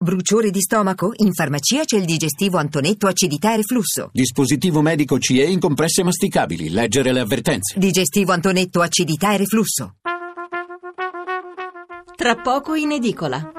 Bruciore di stomaco? In farmacia c'è il digestivo Antonetto acidità e reflusso. Dispositivo medico CE in compresse masticabili. Leggere le avvertenze. Digestivo Antonetto acidità e reflusso. Tra poco in edicola.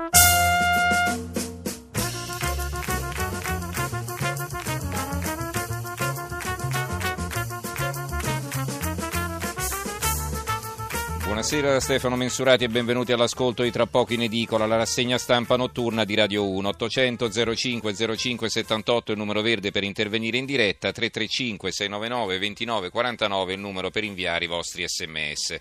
Buonasera da Stefano Mensurati e benvenuti all'ascolto di Tra poco in edicola, la rassegna stampa notturna di Radio 1. 800 05 05 78 il numero verde per intervenire in diretta, 335 699 29 49 il numero per inviare i vostri sms.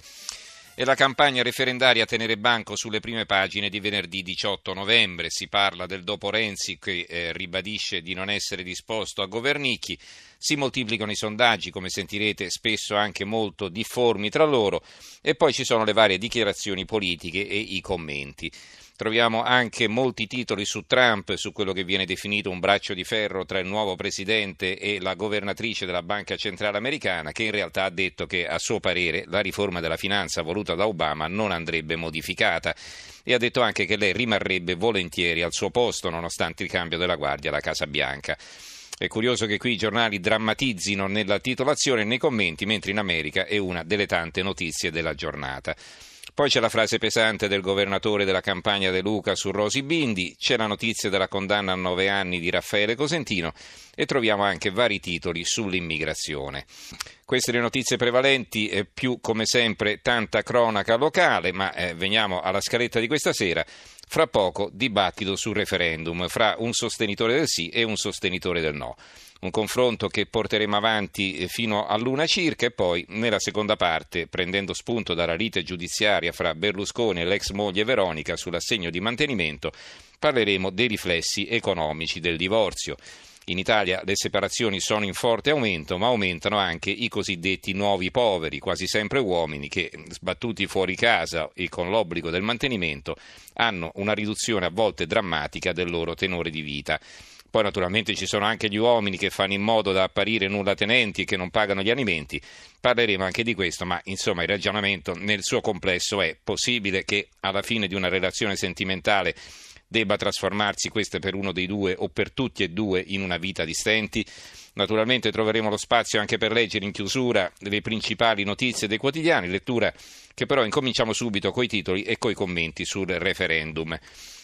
E la campagna referendaria a tenere banco sulle prime pagine di venerdì 18 novembre. Si parla del dopo Renzi che ribadisce di non essere disposto a governicchi. Si moltiplicano i sondaggi, come sentirete, spesso anche molto difformi tra loro, e poi ci sono le varie dichiarazioni politiche e i commenti. Troviamo anche molti titoli su Trump, su quello che viene definito un braccio di ferro tra il nuovo presidente e la governatrice della Banca Centrale Americana, che in realtà ha detto che a suo parere la riforma della finanza voluta da Obama non andrebbe modificata, e ha detto anche che lei rimarrebbe volentieri al suo posto nonostante il cambio della guardia alla Casa Bianca. È curioso che qui i giornali drammatizzino nella titolazione e nei commenti, mentre in America è una delle tante notizie della giornata. Poi c'è la frase pesante del governatore della Campania De Luca su Rosy Bindi, c'è la notizia della condanna a 9 anni di Raffaele Cosentino e troviamo anche vari titoli sull'immigrazione. Queste le notizie prevalenti, più come sempre tanta cronaca locale, ma veniamo alla scaletta di questa sera. Fra poco dibattito sul referendum fra un sostenitore del sì e un sostenitore del no. Un confronto che porteremo avanti fino all'una circa e poi nella seconda parte, prendendo spunto dalla lite giudiziaria fra Berlusconi e l'ex moglie Veronica sull'assegno di mantenimento, parleremo dei riflessi economici del divorzio. In Italia le separazioni sono in forte aumento, ma aumentano anche i cosiddetti nuovi poveri, quasi sempre uomini che, sbattuti fuori casa e con l'obbligo del mantenimento, hanno una riduzione a volte drammatica del loro tenore di vita. Poi naturalmente ci sono anche gli uomini che fanno in modo da apparire nullatenenti e che non pagano gli alimenti. Parleremo anche di questo, ma insomma il ragionamento nel suo complesso è: possibile che alla fine di una relazione sentimentale debba trasformarsi questa per uno dei due o per tutti e due in una vita di stenti? Naturalmente troveremo lo spazio anche per leggere in chiusura le principali notizie dei quotidiani, lettura che però incominciamo subito coi titoli e coi commenti sul referendum.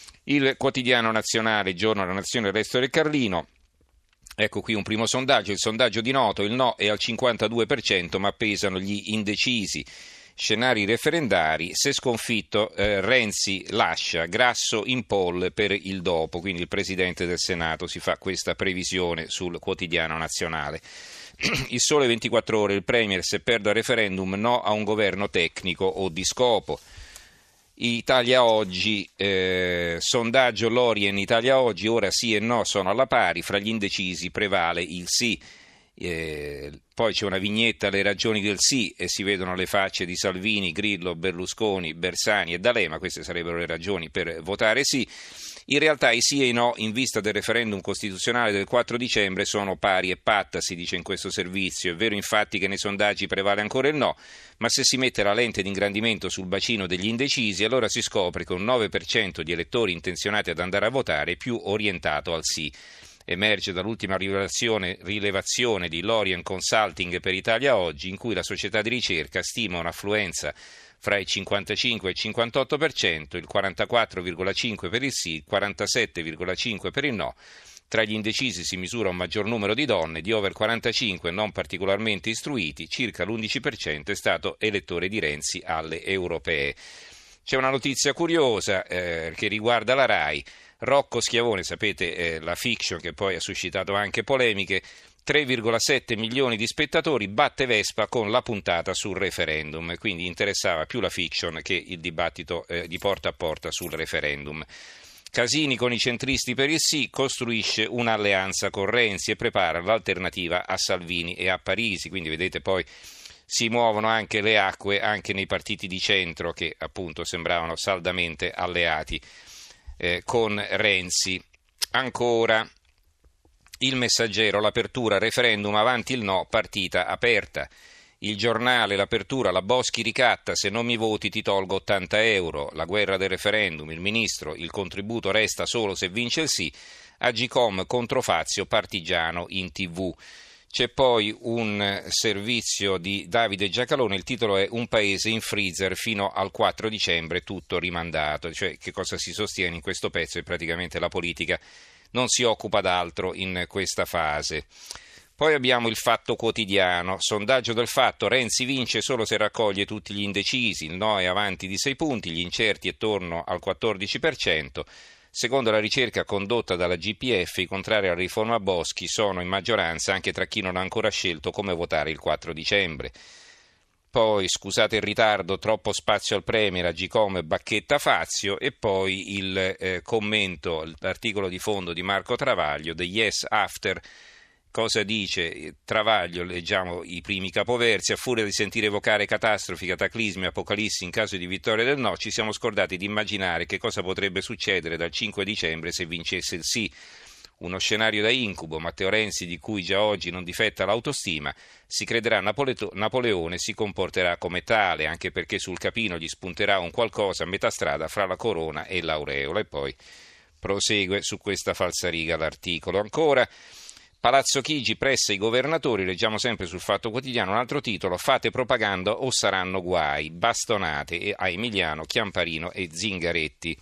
Il Quotidiano Nazionale, Giorno della Nazione, il Resto del Carlino. Ecco qui un primo sondaggio, il sondaggio di Noto, il no è al 52%, ma pesano gli indecisi. Scenari referendari, se sconfitto Renzi lascia, Grasso in poll per il dopo, quindi il Presidente del Senato si fa questa previsione sul Quotidiano Nazionale. Il Sole 24 Ore, il Premier se perde al referendum, no a un governo tecnico o di scopo. Italia Oggi, sondaggio Lorien Italia Oggi, ora sì e no sono alla pari, fra gli indecisi prevale il sì. Poi c'è una vignetta alle ragioni del sì e si vedono le facce di Salvini, Grillo, Berlusconi, Bersani e D'Alema, queste sarebbero le ragioni per votare sì. In realtà i sì e i no in vista del referendum costituzionale del 4 dicembre sono pari e patta, si dice in questo servizio. È vero infatti che nei sondaggi prevale ancora il no, ma se si mette la lente di ingrandimento sul bacino degli indecisi, allora si scopre che un 9% di elettori intenzionati ad andare a votare è più orientato al sì. Emerge dall'ultima rilevazione di Lorien Consulting per Italia Oggi, in cui la società di ricerca stima un'affluenza fra il 55 e il 58%, il 44,5% per il sì, il 47,5% per il no. Tra gli indecisi si misura un maggior numero di donne, di over 45 non particolarmente istruiti, circa l'11% è stato elettore di Renzi alle europee. C'è una notizia curiosa che riguarda la RAI. Rocco Schiavone, sapete, la fiction che poi ha suscitato anche polemiche, 3,7 milioni di spettatori, batte Vespa con la puntata sul referendum, quindi interessava più la fiction che il dibattito di porta a porta sul referendum. Casini con i centristi per il sì, costruisce un'alleanza con Renzi e prepara l'alternativa a Salvini e a Parisi, quindi vedete poi si muovono anche le acque anche nei partiti di centro che appunto sembravano saldamente alleati con Renzi. Ancora Il Messaggero, l'apertura, referendum avanti il no, partita aperta. Il Giornale, l'apertura, la Boschi ricatta, se non mi voti ti tolgo 80 euro, la guerra del referendum, il ministro, il contributo resta solo se vince il sì, Agcom contro Fazio, partigiano in TV. C'è poi un servizio di Davide Giacalone, il titolo è Un paese in freezer fino al 4 dicembre, tutto rimandato. Cioè, che cosa si sostiene in questo pezzo? È praticamente la politica non si occupa d'altro in questa fase. Poi abbiamo il Fatto Quotidiano, sondaggio del Fatto, Renzi vince solo se raccoglie tutti gli indecisi, il no è avanti di 6 punti, gli incerti è attorno al 14%. Secondo la ricerca condotta dalla GPF, i contrari alla riforma Boschi sono in maggioranza anche tra chi non ha ancora scelto come votare il 4 dicembre. Poi, scusate il ritardo, troppo spazio al Premier, Agcom bacchetta Fazio, e poi il commento, l'articolo di fondo di Marco Travaglio, The Yes After. Cosa dice Travaglio? Leggiamo i primi capoversi. A furia di sentire evocare catastrofi, cataclismi, apocalissi in caso di vittoria del no, ci siamo scordati di immaginare che cosa potrebbe succedere dal 5 dicembre se vincesse il sì. Uno scenario da incubo. Matteo Renzi, di cui già oggi non difetta l'autostima, si crederà Napoleone e si comporterà come tale, anche perché sul capino gli spunterà un qualcosa a metà strada fra la corona e l'aureola. E poi prosegue su questa falsariga l'articolo. Ancora, Palazzo Chigi pressa i governatori, leggiamo sempre sul Fatto Quotidiano, un altro titolo, fate propaganda o saranno guai, bastonate a Emiliano, Chiamparino e Zingaretti.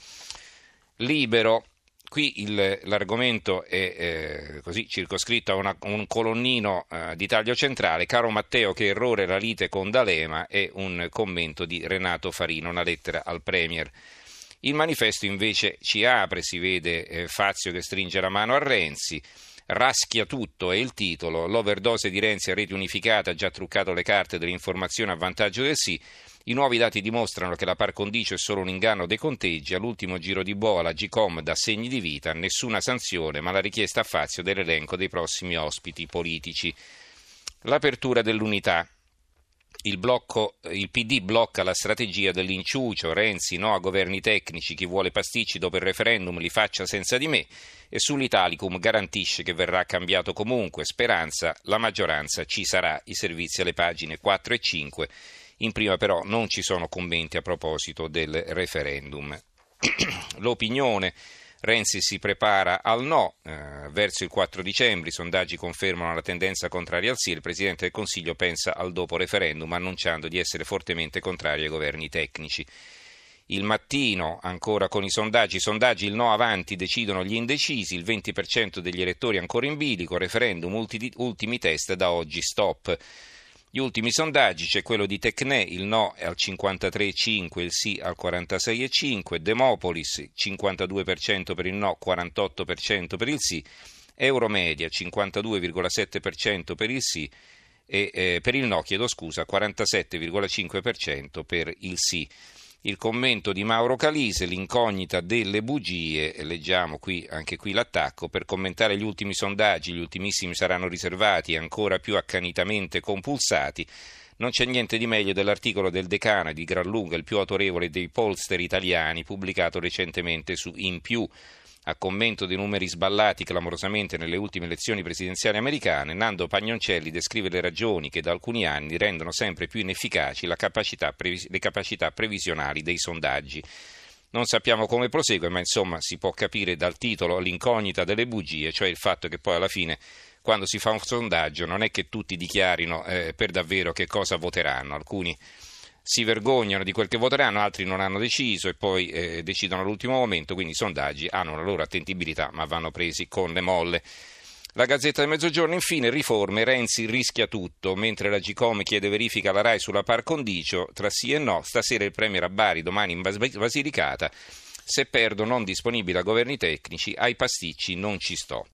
Libero, qui l'argomento è così circoscritto a un colonnino di taglio centrale, caro Matteo che errore la lite con D'Alema, e un commento di Renato Farino, una lettera al Premier. Il Manifesto invece ci apre, si vede Fazio che stringe la mano a Renzi. Raschia tutto è il titolo, l'overdose di Renzi a rete unificata ha già truccato le carte dell'informazione a vantaggio del sì, i nuovi dati dimostrano che la par condicio è solo un inganno dei conteggi, all'ultimo giro di boa la Agcom dà segni di vita, nessuna sanzione ma la richiesta a Fazio dell'elenco dei prossimi ospiti politici. L'apertura dell'Unità. Il PD blocca la strategia dell'inciucio, Renzi no a governi tecnici, chi vuole pasticci dopo il referendum li faccia senza di me, e sull'Italicum garantisce che verrà cambiato comunque, Speranza, la maggioranza ci sarà, i servizi alle pagine 4 e 5, in prima però non ci sono commenti a proposito del referendum. L'Opinione. Renzi si prepara al no, verso il 4 dicembre, i sondaggi confermano la tendenza contraria al sì, il Presidente del Consiglio pensa al dopo referendum annunciando di essere fortemente contrario ai governi tecnici. Il Mattino, ancora con i sondaggi, il no avanti decidono gli indecisi, il 20% degli elettori ancora in bilico, referendum, ultimi test da oggi, stop. Gli ultimi sondaggi, c'è quello di Tecne, il no è al 53,5, il sì al 46,5, Demopolis 52% per il no, 48% per il sì, Euromedia 52,7% per il sì e per il no, 47,5% per il sì. Il commento di Mauro Calise, l'incognita delle bugie, leggiamo qui anche qui l'attacco, per commentare gli ultimi sondaggi, gli ultimissimi saranno riservati e ancora più accanitamente compulsati. Non c'è niente di meglio dell'articolo del Decano, di gran lunga il più autorevole dei pollster italiani, pubblicato recentemente su InPiù. A commento dei numeri sballati clamorosamente nelle ultime elezioni presidenziali americane, Nando Pagnoncelli descrive le ragioni che da alcuni anni rendono sempre più inefficaci le capacità previsionali dei sondaggi. Non sappiamo come prosegue, ma insomma si può capire dal titolo l'incognita delle bugie, cioè il fatto che poi alla fine, quando si fa un sondaggio, non è che tutti dichiarino per davvero che cosa voteranno. Alcuni si vergognano di quel che voteranno, altri non hanno deciso e poi decidono all'ultimo momento, quindi i sondaggi hanno la loro attendibilità ma vanno presi con le molle. La Gazzetta del Mezzogiorno, infine, riforme, Renzi rischia tutto, mentre la Agcom chiede verifica alla RAI sulla par condicio, tra sì e no, stasera il Premier a Bari, domani in Basilicata, se perdo non disponibile a governi tecnici, ai pasticci non ci sto.